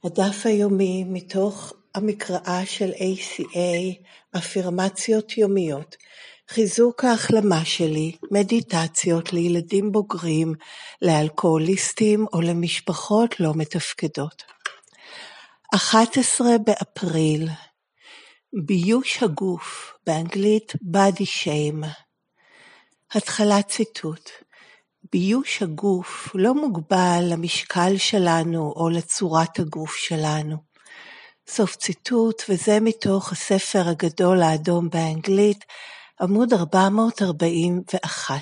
הדף היומי מתוך המקראה של ACA, אפירמציות יומיות, חיזוק ההחלמה שלי, מדיטציות לילדים בוגרים, לאלכוהוליסטים או למשפחות לא מתפקדות. 11 באפריל, ביוש הגוף, באנגלית body shame. התחלת ציטוט. ביוש הגוף לא מוגבל למשקל שלנו או לצורת הגוף שלנו. סוף ציטוט, וזה מתוך הספר הגדול האדום באנגלית, עמוד 441.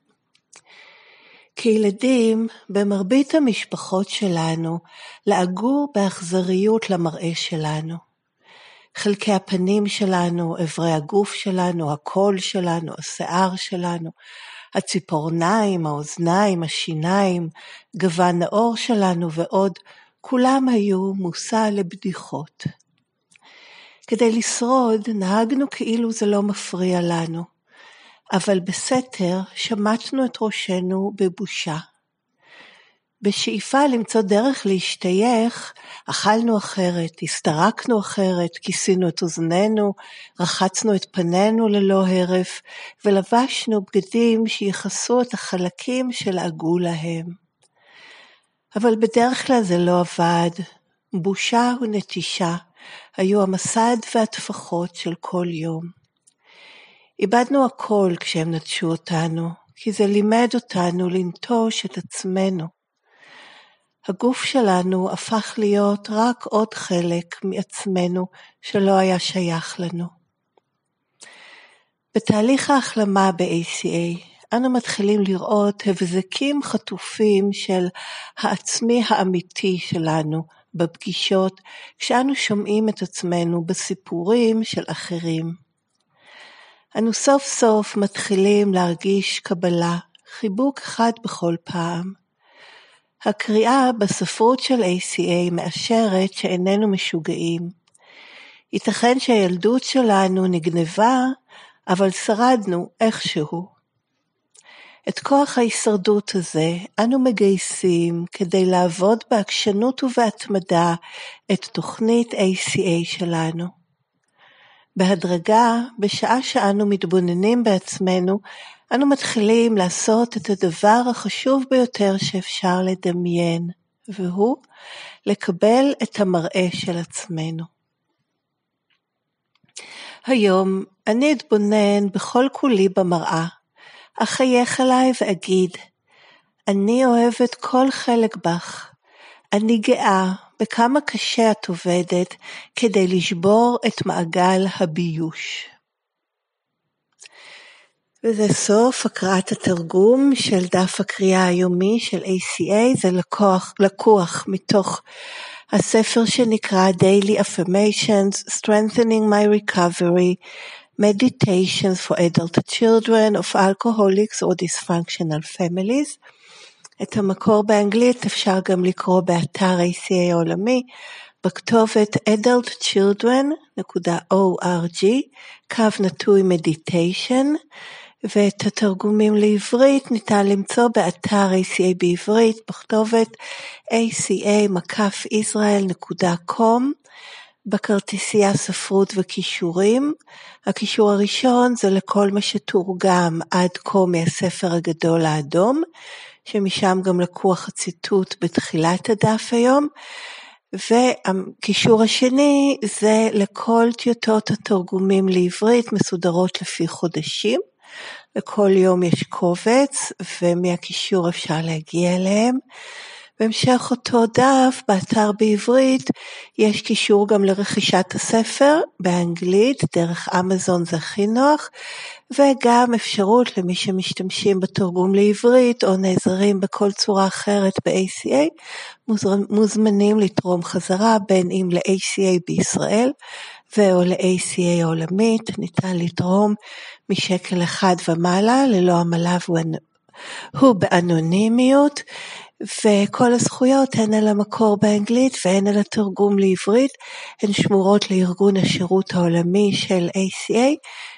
כילדים, במרבית המשפחות שלנו, לעגו באכזריות למראה שלנו. חלקי הפנים שלנו, אברי הגוף שלנו, הקול שלנו, השיער שלנו, הציפורניים, האוזניים, השיניים, גוון העור שלנו ועוד, כולם היו מושא לבדיחות. כדי לשרוד נהגנו כאילו זה לא מפריע לנו, אבל בסתר שמטנו את ראשנו בבושה. בשאיפה למצוא דרך להשתייך, אכלנו אחרת, הסתרקנו אחרת, כיסינו את אוזנינו, רחצנו את פנינו ללא הרף, ולבשנו בגדים שיחסו את החלקים שלעגו להם. אבל בדרך כלל זה לא עבד. בושה ונטישה היו המסד והטפחות של כל יום. איבדנו הכל כשהם נטשו אותנו, כי זה לימד אותנו לנטוש את עצמנו. הגוף שלנו הפך להיות רק עוד חלק מעצמנו שלא היה שייך לנו. בתהליך ההחלמה ב-ACA, אנו מתחילים לראות הבזקים חטופים של העצמי האמיתי שלנו בפגישות, כשאנו שומעים את עצמנו בסיפורים של אחרים. אנו סוף סוף מתחילים להרגיש קבלה, חיבוק אחד בכל פעם. הקריאה בספרות של ACA מאשרת שאיננו משוגעים. ייתכן שהילדות שלנו נגנבה, אבל שרדנו איכשהו. את כוח ההישרדות הזה אנו מגייסים כדי לעבוד בעקשנות ובהתמדה את תוכנית ACA שלנו. בהדרגה, בשעה שאנו מתבוננים בעצמנו, אנו מתחילים לעשות את הדבר החשוב ביותר שאפשר לדמיין, והוא לקבל את המראה של עצמנו. היום אני אתבונן בכל כולי במראה, אחייך אליי ואגיד, אני אוהבת כל חלק בך, אני גאה בכמה קשה את עובדת כדי לשבור את מעגל הביוש. וזה סוף הקראת התרגום של דף הקריאה היומי של ACA, זה לקוח מתוך הספר שנקרא Daily Affirmations, Strengthening My Recovery, Meditations for Adult Children of Alcoholics or Dysfunctional Families. את המקור באנגלית אפשר גם לקרוא באתר ACA העולמי, בכתובת adultchildren.org/meditation, ואת התרגומים לעברית ניתן למצוא באתר ACA בעברית, בכתובת aca-israel.com, בכרטיסייה ספרות וקישורים. הקישור הראשון זה לכל מה שתורגם עד כה מהספר הגדול האדום, שמשם גם לקוח הציטוט בתחילת הדף היום, והקישור השני זה לכל טיוטות התרגומים לעברית מסודרות לפי חודשים. לכל יום יש קובץ, ומהקישור אפשר להגיע אליהם. בהמשך אותו דף, באתר בעברית, יש קישור גם לרכישת הספר באנגלית, דרך אמזון זה הכי נוח, וגם אפשרות למי שמשתמשים בתרגום לעברית, או נעזרים בכל צורה אחרת ב-ACA, מוזמנים לתרום חזרה, בין אם ל-ACA בישראל, או ל-ACA העולמית, ניתן לתרום משקל אחד ומעלה, ללא עמלה הוא באנונימיות, וכל הזכויות הן על המקור באנגלית והן על התרגום לעברית, הן שמורות לארגון השירות העולמי של ACA,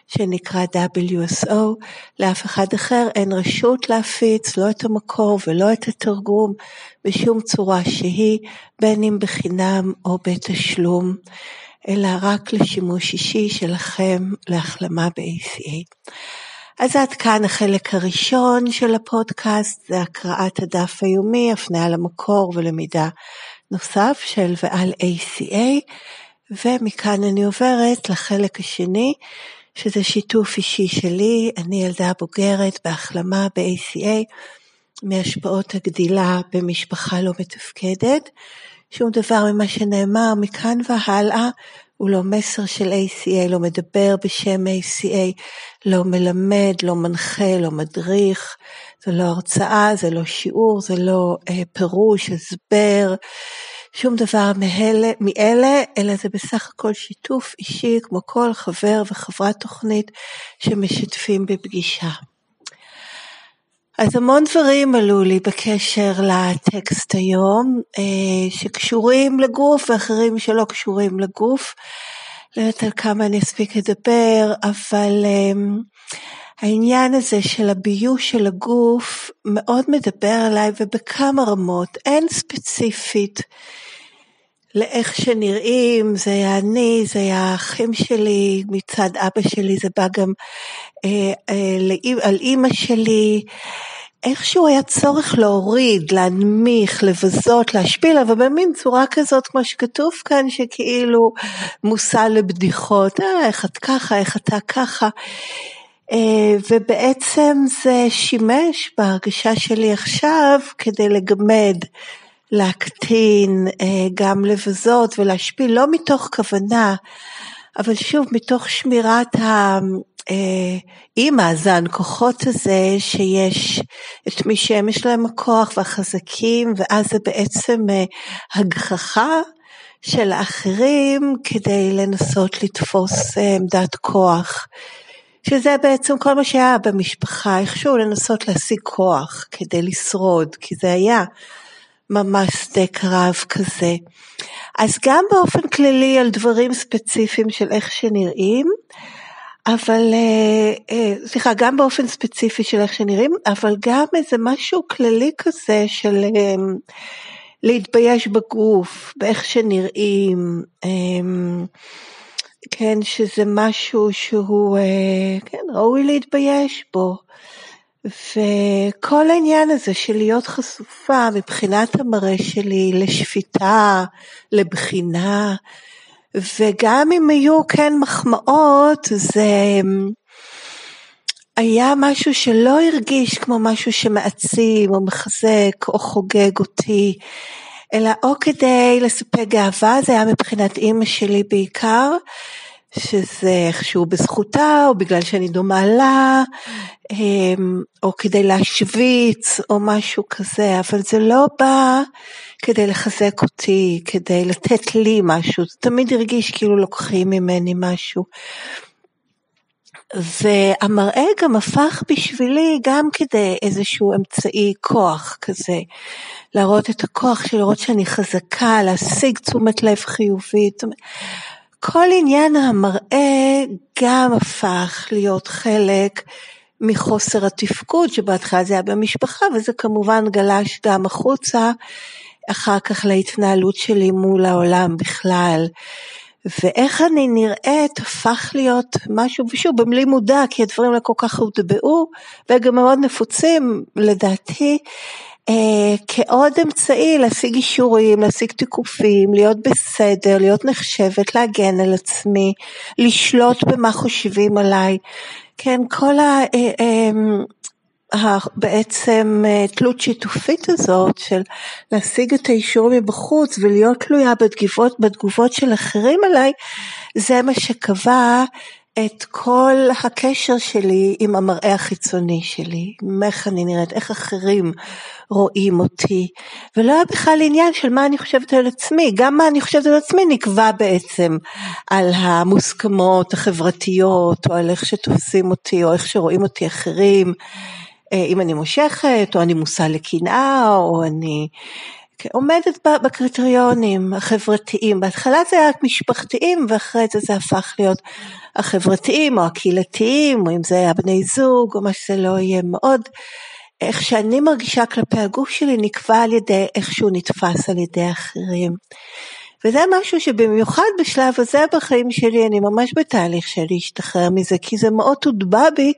שנקרא WSO, לאף אחד אחר אין רשות להפיץ לא את המקור ולא את התרגום בשום צורה שהיא, בין אם בחינם או בתשלום, אלא רק לשימוש אישי שלכם להחלמה ב-ACA. אז עד כאן החלק הראשון של הפודקאסט, זה הקראת הדף היומי, הפניה למקור ולמידע נוסף של ועל ACA, ומכאן אני עוברת לחלק השני, שזה שיתוף אישי שלי. אני ילדה בוגרת בהחלמה ב-ACA, מהשפעות הגדילה במשפחה לא מתפקדת. שום דבר ממה שנאמר מכאן והלאה, הוא לא מסר של ACA, לא מדבר בשם ACA, לא מלמד, לא מנחה, לא מדריך, זה לא הרצאה, זה לא שיעור, זה לא פירוש, הסבר, שום דבר מאלה, אלא זה בסך הכל שיתוף אישי, כמו כל חבר וחברת תוכנית שמשתפים בפגישה. אז המון דברים עלו לי בקשר לטקסט היום, שקשורים לגוף ואחרים שלא קשורים לגוף. לא יודעת על כמה אני אספיק לדבר, אבל העניין הזה של הביוש של הגוף מאוד מדבר עליי, ובכמה רמות, אין ספציפית לאיך שנראים, זה היה אני, זה היה האחים שלי, מצד אבא שלי זה בא גם על אמא שלי, איכשהו היה צורך להוריד, להנמיך, לבזות, להשפיל, אבל במין צורה כזאת כמו שכתוב כאן, שכאילו מושא לבדיחות, איך את ככה, איך אתה ככה, ובעצם זה שימש בהרגשה שלי עכשיו כדי לגמד, להקטין, גם לבזות ולהשפיל, לא מתוך כוונה, אבל שוב מתוך שמירת המאזן כוחות הזה, שיש את מי שיש להם הכוח והחזקים, ואז זה בעצם הגחכה של האחרים כדי לנסות לתפוס עמדת כוח, שזה בעצם כל מה שהיה במשפחה, איכשהו לנסות להשיג כוח כדי לשרוד, כי זה היה ממש שדה קרב כזה. אז גם באופן כללי על דברים ספציפיים של איך שנראים, אבל, גם באופן ספציפי של איך שנראים, אבל גם איזה משהו כללי כזה של להתבייש בגוף, באיך שנראים, כן, שזה משהו שהוא, כן, ראוי להתבייש בו. וכל העניין הזה של להיות חשופה מבחינת המראה שלי לשפיטה, לבחינה, וגם אם היו כן מחמאות, זה היה משהו שלא הרגיש כמו משהו שמעצים או מחזק או חוגג אותי, אלא או כדי לספק גאווה, זה היה מבחינת אמא שלי בעיקר, שזה איכשהו בזכותה, או בגלל שאני דומה לה, או כדי להשוויץ, או משהו כזה, אבל זה לא בא כדי לחזק אותי, כדי לתת לי משהו, זה תמיד הרגיש כאילו לוקחים ממני משהו, והמראה גם הפך בשבילי גם כדי איזשהו אמצעי כוח כזה, להראות את הכוח שלי, לראות שאני חזקה, להשיג תשומת לב חיובית, כל עניין המראה גם הפך להיות חלק מחוסר התפקוד, שבהתחלה זה היה במשפחה, וזה כמובן גלש גם החוצה, אחר כך להתנהלות שלי מול העולם בכלל, ואיך אני נראית הפך להיות משהו, ושוב במלי מודע, כי הדברים לא כל כך הוטבעו, וגם מאוד נפוצים לדעתי, כעוד אמצעי להשיג אישורים, להשיג תיקופים, להיות בסדר, להיות נחשבת, להגן על עצמי, לשלוט במה חושבים עליי, כן, כל בעצם תלות שיתופית הזאת של להשיג את האישורים מבחוץ ולהיות תלויה בתגובות של אחרים עליי, זה מה שקבע את כל הקשר שלי עם המראה החיצוני שלי, איך אני נראית, איך אחרים רואים אותי, ולא היה בכלל עניין של מה אני חושבת על עצמי, גם מה אני חושבת על עצמי נקבע בעצם על המוסכמות החברתיות, או על איך שתופסים אותי, או איך שרואים אותי אחרים, אם אני מושכת, או אני מושא לקנאה, או אני עומדת בקריטריונים החברתיים. בהתחלה זה היה משפחתיים, ואחרי זה הפך להיות החברתיים או הקהילתיים, או אם זה היה בני זוג או מה שזה לא יהיה. מאוד איך שאני מרגישה כלפי הגוף שלי נקבע על ידי איך שהוא נתפס על ידי אחרים. וזה משהו שבמיוחד בשלב הזה בחיים שלי אני ממש בתהליך של להשתחרר מזה, כי זה מאוד הוטבע בי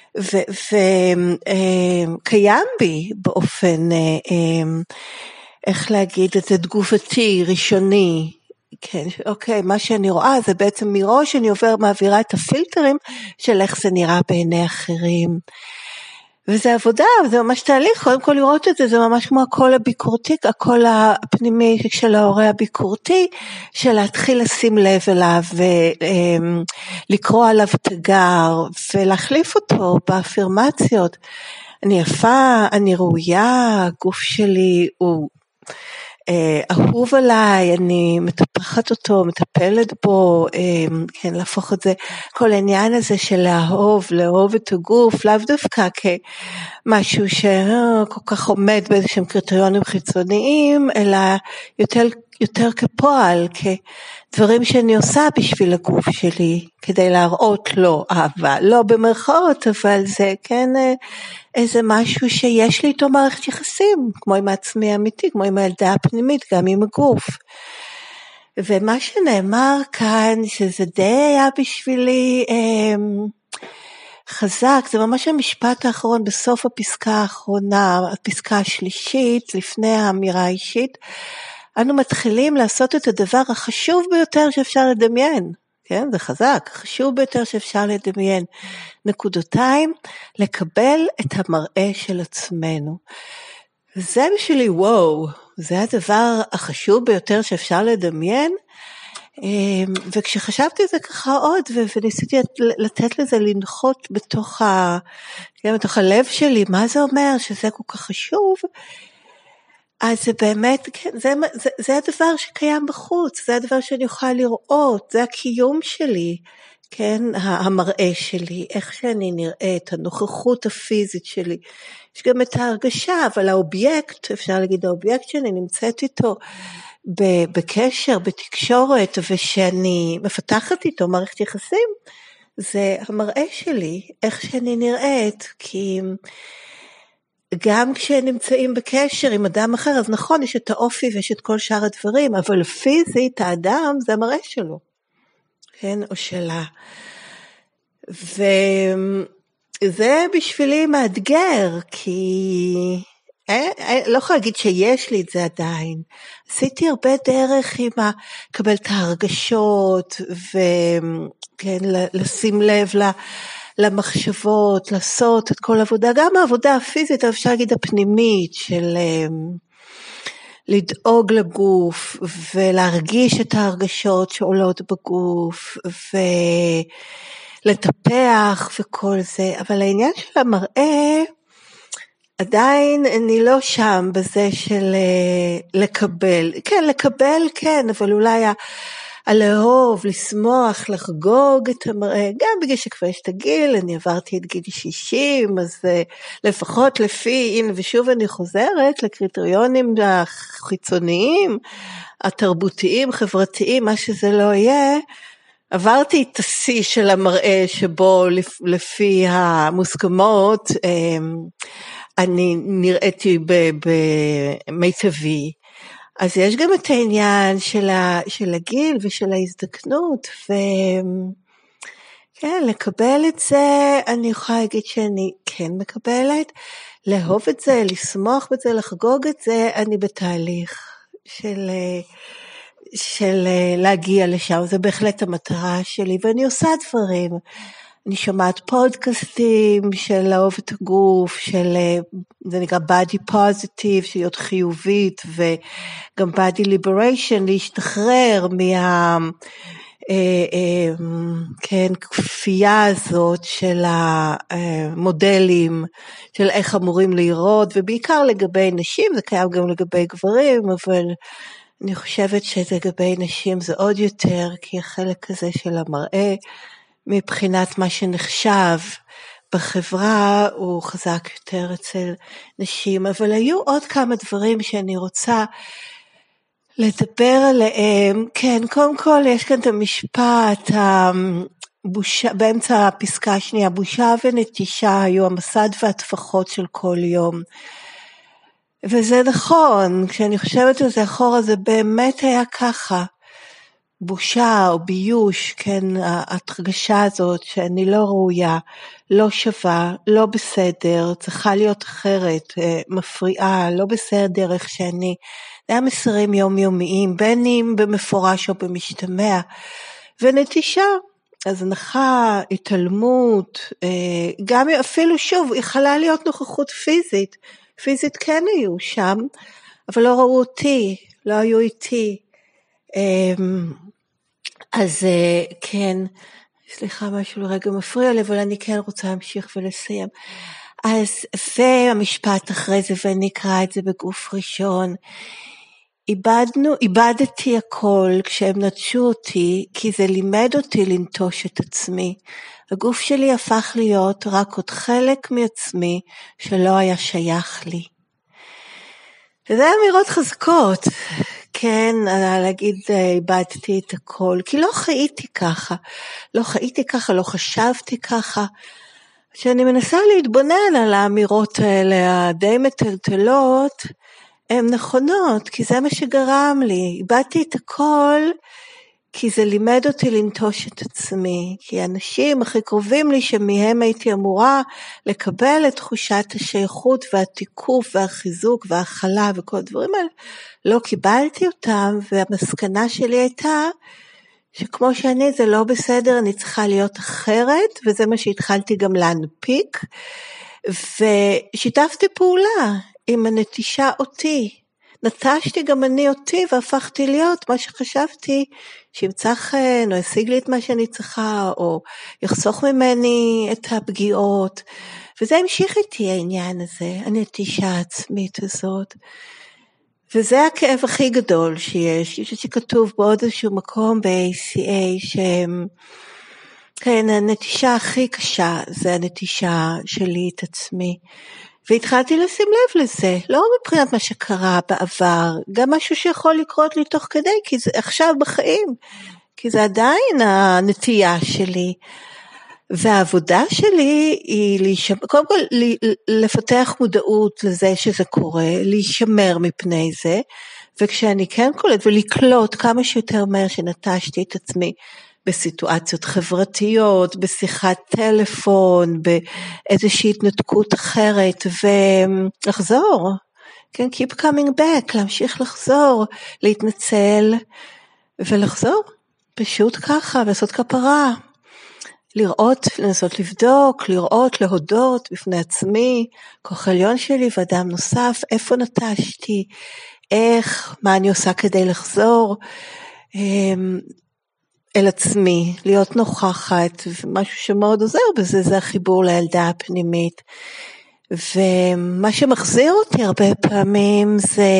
וקיים בי באופן, איך להגיד את זה, תגובתי, ראשוני. כן, אוקיי, מה שאני רואה זה בעצם מראש אני מעבירה את הפילטרים של איך זה נראה בעיני אחרים. וזה עבודה, זה ממש תהליך, קודם כל לראות את זה, זה ממש כמו הקול הביקורתי, הקול הפנימי של ההורה הביקורתי, של להתחיל לשים לב אליו, ולקרוא עליו תגר, ולהחליף אותו באפירמציות. אני יפה, אני ראויה, הגוף שלי הוא אהוב עליי, אני מטפחת אותו, מטפלת בו, כן, להפוך את זה, כל העניין הזה של לאהוב את הגוף, לאו דווקא כמשהו שכל כך עומד באיזשהם קריטריונים חיצוניים, אלא יותר כפועל, כדברים שאני עושה בשביל הגוף שלי, כדי להראות לו אהבה, לא במרכאות, אבל זה כן איזה משהו שיש לי איתו מערכת יחסים, כמו עם העצמי האמיתי, כמו עם הילדה הפנימית, גם עם הגוף. ומה שנאמר כאן, שזה די היה בשבילי חזק, זה ממש המשפט האחרון בסוף הפסקה האחרונה, הפסקה השלישית, לפני האמירה האישית, אנו מתחילים לעשות את הדבר החשוב ביותר שאפשר לדמיין. כן, זה חזק, חשוב ביותר שאפשר לדמיין. נקודותיים, לקבל את המראה של עצמנו. וזה בשבילי, וואו, זה הדבר החשוב ביותר שאפשר לדמיין. וכשחשבתי את זה ככה עוד, וניסיתי לתת לזה לנחות בתוך הלב שלי, מה זה אומר שזה כל כך חשוב? אז זה באמת, כן, זה הדבר שקיים בחוץ, זה הדבר שאני יכולה לראות, זה הקיום שלי, כן, המראה שלי, איך שאני נראית, הנוכחות הפיזית שלי. יש גם את ההרגשה, אבל האובייקט, אפשר להגיד האובייקט שאני נמצאת איתו בקשר, בתקשורת, ושאני מפתחת איתו מערכת יחסים, זה המראה שלי, איך שאני נראית, כי גם כשנמצאים בקשר עם אדם אחר, אז נכון, יש את האופי ויש את כל שאר הדברים, אבל פיזית האדם זה המראה שלו, כן, או שלה. וזה בשבילי מאתגר, כי לא יכולה להגיד שיש לי את זה עדיין. עשיתי הרבה דרך עם לקבל את ההרגשות, וכן, לשים לב למחשבות, לעשות את כל עבודה, גם העבודה הפיזית, אפשר להגיד הפנימית, של לדאוג לגוף, ולהרגיש את ההרגשות שעולות בגוף, ולטפח וכל זה, אבל העניין של המראה, עדיין אני לא שם בזה של לקבל, כן, לקבל כן, אבל אולי הלאהוב, לשמוח, לחגוג את המראה, גם בגלל שכבר יש את הגיל, אני עברתי את גיל 60, אז לפחות לפי, הנה ושוב אני חוזרת לקריטריונים החיצוניים, התרבותיים, חברתיים, מה שזה לא יהיה, עברתי את השיא של המראה שבו לפי המוסכמות, אני נראיתי במיטבי, אז יש גם את העניין של הגיל ושל ההזדקנות, וכן, לקבל את זה, אני יכולה להגיד שאני כן מקבלת, לאהוב את זה, לשמוח בזה, לחגוג את זה, אני בתהליך של להגיע לשם, זה בהחלט המטרה שלי, ואני עושה דברים, אני שומעת פודקאסטים של לאהוב את הגוף, זה נקרא body positive, של להיות חיובית, וגם body liberation, להשתחרר כן, כפייה הזאת של המודלים, של איך אמורים להיראות, ובעיקר לגבי נשים, זה קיים גם לגבי גברים, אבל אני חושבת שלגבי נשים זה עוד יותר, כי החלק הזה של המראה, מבחינת מה שנחשב בחברה הוא חזק יותר אצל נשים, אבל היו עוד כמה דברים שאני רוצה לדבר עליהם. כן, קודם כל יש כאן את המשפט, בושה, באמצע הפסקה השנייה, בושה ונטישה היו המסד והטפחות של כל יום. וזה נכון, כשאני חושבת על זה אחורה, זה באמת היה ככה. בושה או ביוש, כן, ההרגשה הזאת שאני לא ראויה, לא שווה, לא בסדר, צריכה להיות אחרת, מפריעה, לא בסדר איך שאני. זה היה מסרים יומיומיים, בין אם במפורש או במשתמע. ונטישה, הזנחה, התעלמות, גם אפילו שוב, יכלה להיות נוכחות פיזית. פיזית כן היו שם, אבל לא ראו אותי, לא היו איתי. אז כן, סליחה משהו לרגע מפריע לי, אבל אני כן רוצה להמשיך ולסיים. אז והמשפט אחרי זה, ואני אקרא את זה בגוף ראשון, איבדתי הכל כשהם נטשו אותי, כי זה לימד אותי לנטוש את עצמי. הגוף שלי הפך להיות רק עוד חלק מעצמי שלא היה שייך לי. וזה אמירות חזקות, כן, להגיד איבדתי את הכל, כי לא חייתי ככה, לא חשבתי ככה. כשאני מנסה להתבונן על האמירות האלה, הדי מטלטלות, הן נכונות, כי זה מה שגרם לי. איבדתי את הכל, כי זה לימד אותי לנטוש את עצמי. כי האנשים הכי קרובים לי, שמהם הייתי אמורה לקבל את תחושת השייכות והתיקוף והחיזוק וההכלה וכל הדברים האלה, לא קיבלתי אותם, והמסקנה שלי הייתה, שכמו שאני זה לא בסדר, אני צריכה להיות אחרת, וזה מה שהתחלתי גם להנפיק, ושיתפתי פעולה עם הנטישה אותי. נטשתי גם אני אותי, והפכתי להיות מה שחשבתי, שימצא חן, או ישיג לי את מה שאני צריכה, או יחסוך ממני את הפגיעות, וזה המשיך איתי העניין הזה, הנטישה העצמית הזאת. וזה הכאב הכי גדול שיש, שכתוב בעוד איזשהו מקום ב-ACA, כן, הנטישה הכי קשה, זה הנטישה שלי את עצמי. והתחלתי לשים לב לזה, לא מבחינת מה שקרה בעבר, גם משהו שיכול לקרות לי תוך כדי, כי זה עכשיו בחיים, כי זה עדיין הנטייה שלי. והעבודה שלי היא קודם כל לפתח מודעות לזה שזה קורה, להישמר מפני זה, וכשאני כן קולט ולקלוט כמה שיותר מהר שנטשתי את עצמי בסיטואציות חברתיות, בשיחת טלפון, באיזושהי התנתקות אחרת, ולחזור, כן, keep coming back, להמשיך לחזור, להתנצל ולחזור, פשוט ככה, לעשות כפרה. לראות, לנסות לבדוק, לראות, להודות בפני עצמי, כוח עליון שלי ואדם נוסף, איפה נטשתי, איך, מה אני עושה כדי לחזור אל עצמי, להיות נוכחת, ומשהו שמאוד עוזר בזה, זה החיבור לילדה הפנימית. ומה שמחזיר אותי הרבה פעמים זה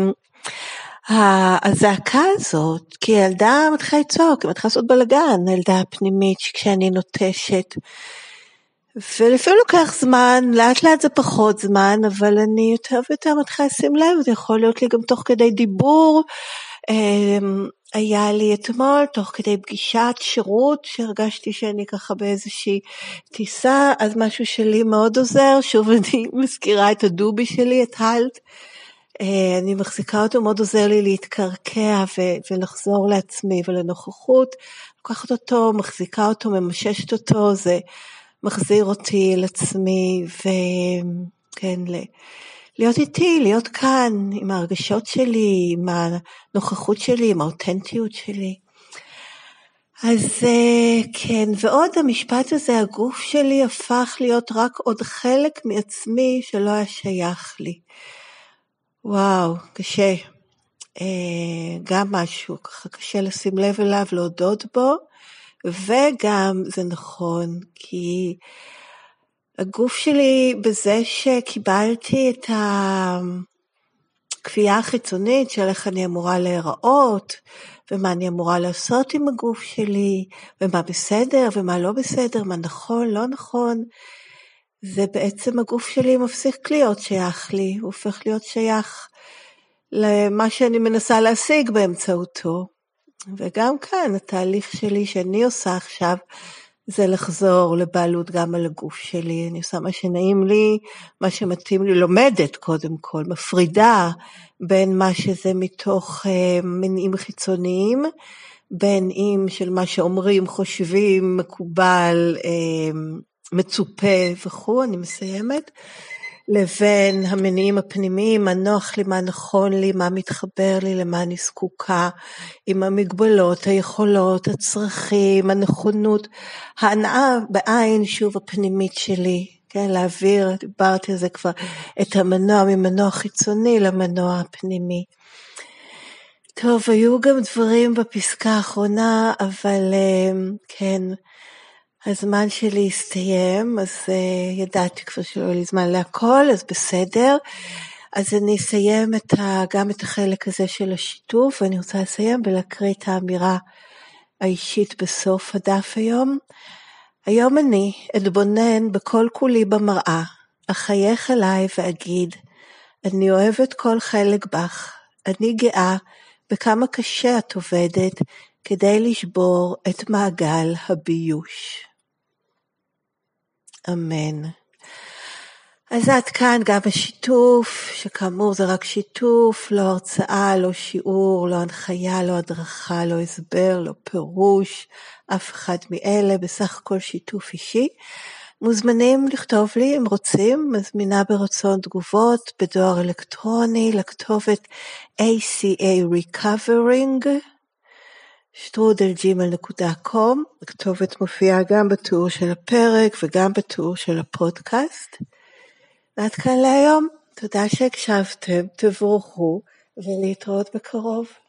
הזעקה הזאת, כי ילדה מתחילה לצעוק, מתחילה לעשות בלגן, הילדה הפנימית כשאני נוטשת, ולפעמים לוקח זמן, לאט לאט זה פחות זמן, אבל אני יותר ויותר מתחילה לשים לב, זה יכול להיות לי גם תוך כדי דיבור, היה לי אתמול, תוך כדי פגישת שירות, שהרגשתי שאני ככה באיזושהי טיסה, אז משהו שלי מאוד עוזר, שוב אני מזכירה את הדובי שלי, את הלט, אני מחזיקה אותו, מאוד עוזר לי להתקרקע ולחזור לעצמי ולנוכחות, לוקחת אותו, מחזיקה אותו, ממששת אותו, זה מחזיר אותי לעצמי, וכן, להיות איתי, להיות כאן, עם ההרגשות שלי, עם הנוכחות שלי, עם האותנטיות שלי. אז כן, ועוד המשפט הזה, הגוף שלי הפך להיות רק עוד חלק מעצמי שלא היה שייך לי. וואו, קשה. גם משהו, ככה קשה לשים לב אליו, להודות בו, וגם זה נכון, כי הגוף שלי בזה שקיבלתי את הקביעה החיצונית של איך אני אמורה להיראות, ומה אני אמורה לעשות עם הגוף שלי, ומה בסדר ומה לא בסדר, מה נכון, לא נכון, זה בעצם הגוף שלי מפסיק להיות שייך לי, הוא הופך להיות שייך למה שאני מנסה להשיג באמצעותו. וגם כאן התהליך שלי שאני עושה עכשיו, זה לחזור לבעלות גם על הגוף שלי, אני עושה מה שנעים לי, מה שמתאים לי, לומדת קודם כל, מפרידה בין מה שזה מתוך מניעים חיצוניים, בין אם של מה שאומרים, חושבים, מקובל, מצופה וכו', אני מסיימת, לבין המניעים הפנימיים, מה נוח לי, מה נכון לי, מה מתחבר לי, למה אני זקוקה, עם המגבלות, היכולות, הצרכים, הנכונות, ההנאה בעין, שוב הפנימית שלי, כן, להעביר, דיברתי על זה כבר, את המנוע ממנוע חיצוני למנוע הפנימי. טוב, היו גם דברים בפסקה האחרונה, אבל כן, הזמן שלי הסתיים, אז ידעתי כבר שלא היה לי זמן להכל, אז בסדר. אז אני אסיים גם את החלק הזה של השיתוף, ואני רוצה לסיים ולהקריא את האמירה האישית בסוף הדף היום. היום אני אתבונן בכל כולי במראה, אחייך אליי ואגיד, אני אוהבת כל חלק בך, אני גאה בכמה קשה את עובדת כדי לשבור את מעגל הביוש. אמן. אז עד כאן גם השיתוף, שכאמור זה רק שיתוף, לא הרצאה, לא שיעור, לא הנחיה, לא הדרכה, לא הסבר, לא פירוש, אף אחד מאלה, בסך הכל שיתוף אישי. מוזמנים לכתוב לי אם רוצים, מזמינה ברצון תגובות, בדואר אלקטרוני, לכתובת acarecovering@gmail.com, הכתובת מופיעה גם בתיאור של הפרק וגם בתיאור של הפודקאסט. ועד כאן להיום, תודה שהקשבתם, תבורכו ולהתראות בקרוב.